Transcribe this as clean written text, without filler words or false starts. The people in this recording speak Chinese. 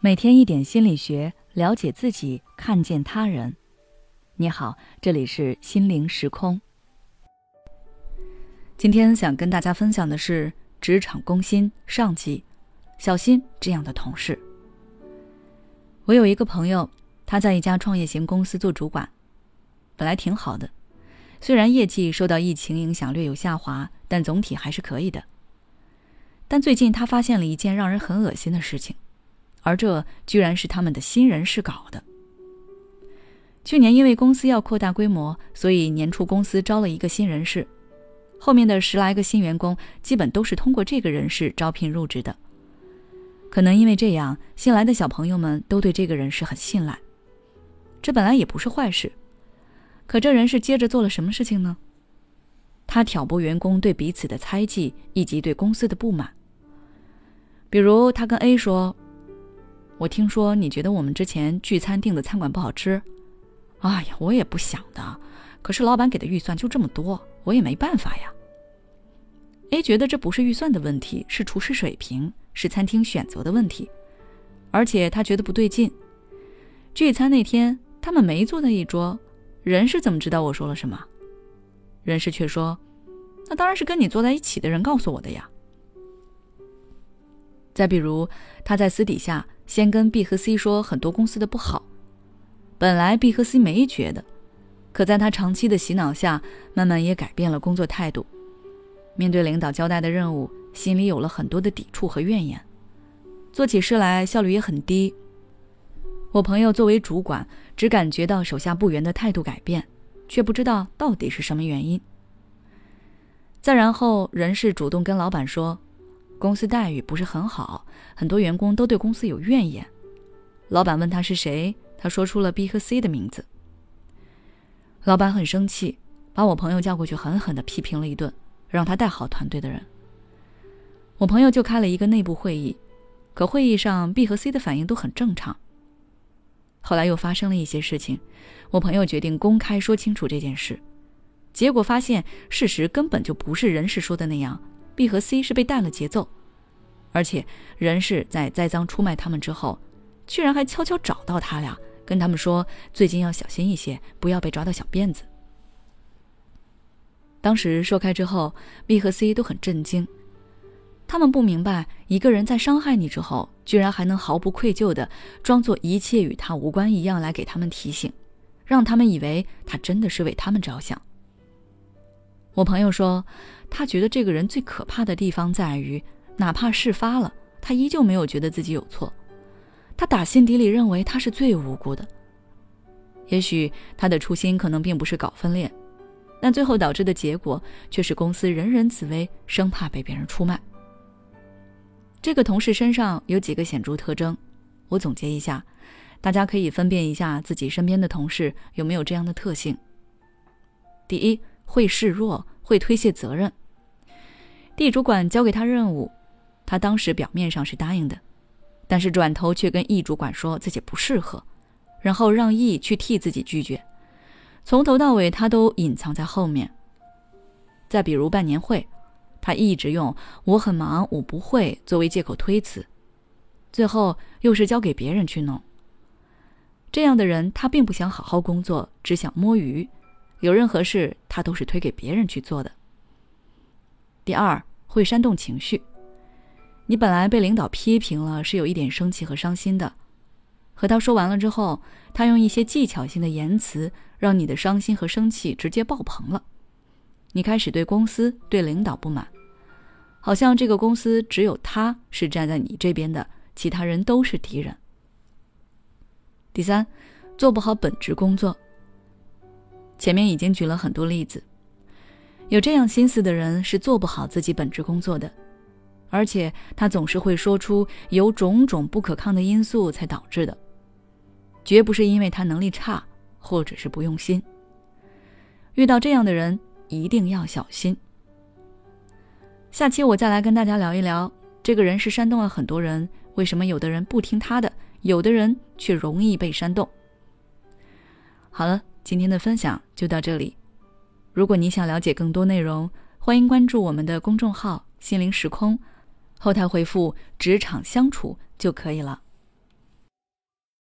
每天一点心理学，了解自己，看见他人。你好，这里是心灵时空。今天想跟大家分享的是职场攻心上集，小心这样的同事。我有一个朋友，他在一家创业型公司做主管，本来挺好的，虽然业绩受到疫情影响略有下滑，但总体还是可以的。但最近他发现了一件让人很恶心的事情，而这居然是他们的新人事搞的。去年因为公司要扩大规模，所以年初公司招了一个新人事，后面的10来个新员工基本都是通过这个人事招聘入职的。可能因为这样，新来的小朋友们都对这个人事很信赖，这本来也不是坏事。可这人事接着做了什么事情呢？他挑拨员工对彼此的猜忌以及对公司的不满。比如他跟 A 说，我听说你觉得我们之前聚餐订的餐馆不好吃。哎呀，我也不想的，可是老板给的预算就这么多，我也没办法呀。A 觉得这不是预算的问题，是厨师水平，是餐厅选择的问题，而且他觉得不对劲。聚餐那天他们没坐在一桌，人事怎么知道我说了什么？人事却说，那当然是跟你坐在一起的人告诉我的呀。再比如他在私底下先跟 B 和 C 说很多公司的不好，本来 B 和 C 没觉得，可在他长期的洗脑下，慢慢也改变了工作态度。面对领导交代的任务，心里有了很多的抵触和怨言，做起事来效率也很低。我朋友作为主管，只感觉到手下部员的态度改变，却不知道到底是什么原因。再然后人事主动跟老板说，公司待遇不是很好，很多员工都对公司有怨言。老板问他是谁，他说出了 B 和 C 的名字。老板很生气，把我朋友叫过去狠狠地批评了一顿，让他带好团队的人。我朋友就开了一个内部会议，可会议上 B 和 C 的反应都很正常。后来又发生了一些事情，我朋友决定公开说清楚这件事，结果发现事实根本就不是人事说的那样， B 和 C 是被带了节奏，而且人事在栽赃出卖他们之后，居然还悄悄找到他俩，跟他们说最近要小心一些，不要被抓到小辫子。当时说开之后， B 和 C 都很震惊，他们不明白一个人在伤害你之后，居然还能毫不愧疚地装作一切与他无关一样来给他们提醒，让他们以为他真的是为他们着想。我朋友说，他觉得这个人最可怕的地方在于，哪怕事发了，他依旧没有觉得自己有错，他打心底里认为他是最无辜的。也许他的初心可能并不是搞分裂，但最后导致的结果却是公司人人自危，生怕被别人出卖。这个同事身上有几个显著特征，我总结一下，大家可以分辨一下自己身边的同事有没有这样的特性。第一，会示弱，会推卸责任。D 主管交给他任务，他当时表面上是答应的，但是转头却跟 E 主管说自己不适合，然后让 E 去替自己拒绝，从头到尾他都隐藏在后面。再比如办年会，他一直用我很忙我不会作为借口推辞，最后又是交给别人去弄。这样的人他并不想好好工作，只想摸鱼，有任何事他都是推给别人去做的。第二，会煽动情绪。你本来被领导批评了，是有一点生气和伤心的，和他说完了之后，他用一些技巧性的言辞，让你的伤心和生气直接爆棚了。你开始对公司对领导不满，好像这个公司只有他是站在你这边的，其他人都是敌人。第三，做不好本职工作。前面已经举了很多例子，有这样心思的人是做不好自己本职工作的，而且他总是会说出有种种不可抗的因素才导致的，绝不是因为他能力差或者是不用心。遇到这样的人一定要小心。下期我再来跟大家聊一聊，这个人是煽动了很多人，为什么有的人不听他的，有的人却容易被煽动。好了，今天的分享就到这里。如果你想了解更多内容，欢迎关注我们的公众号心灵时空，后台回复职场相处就可以了。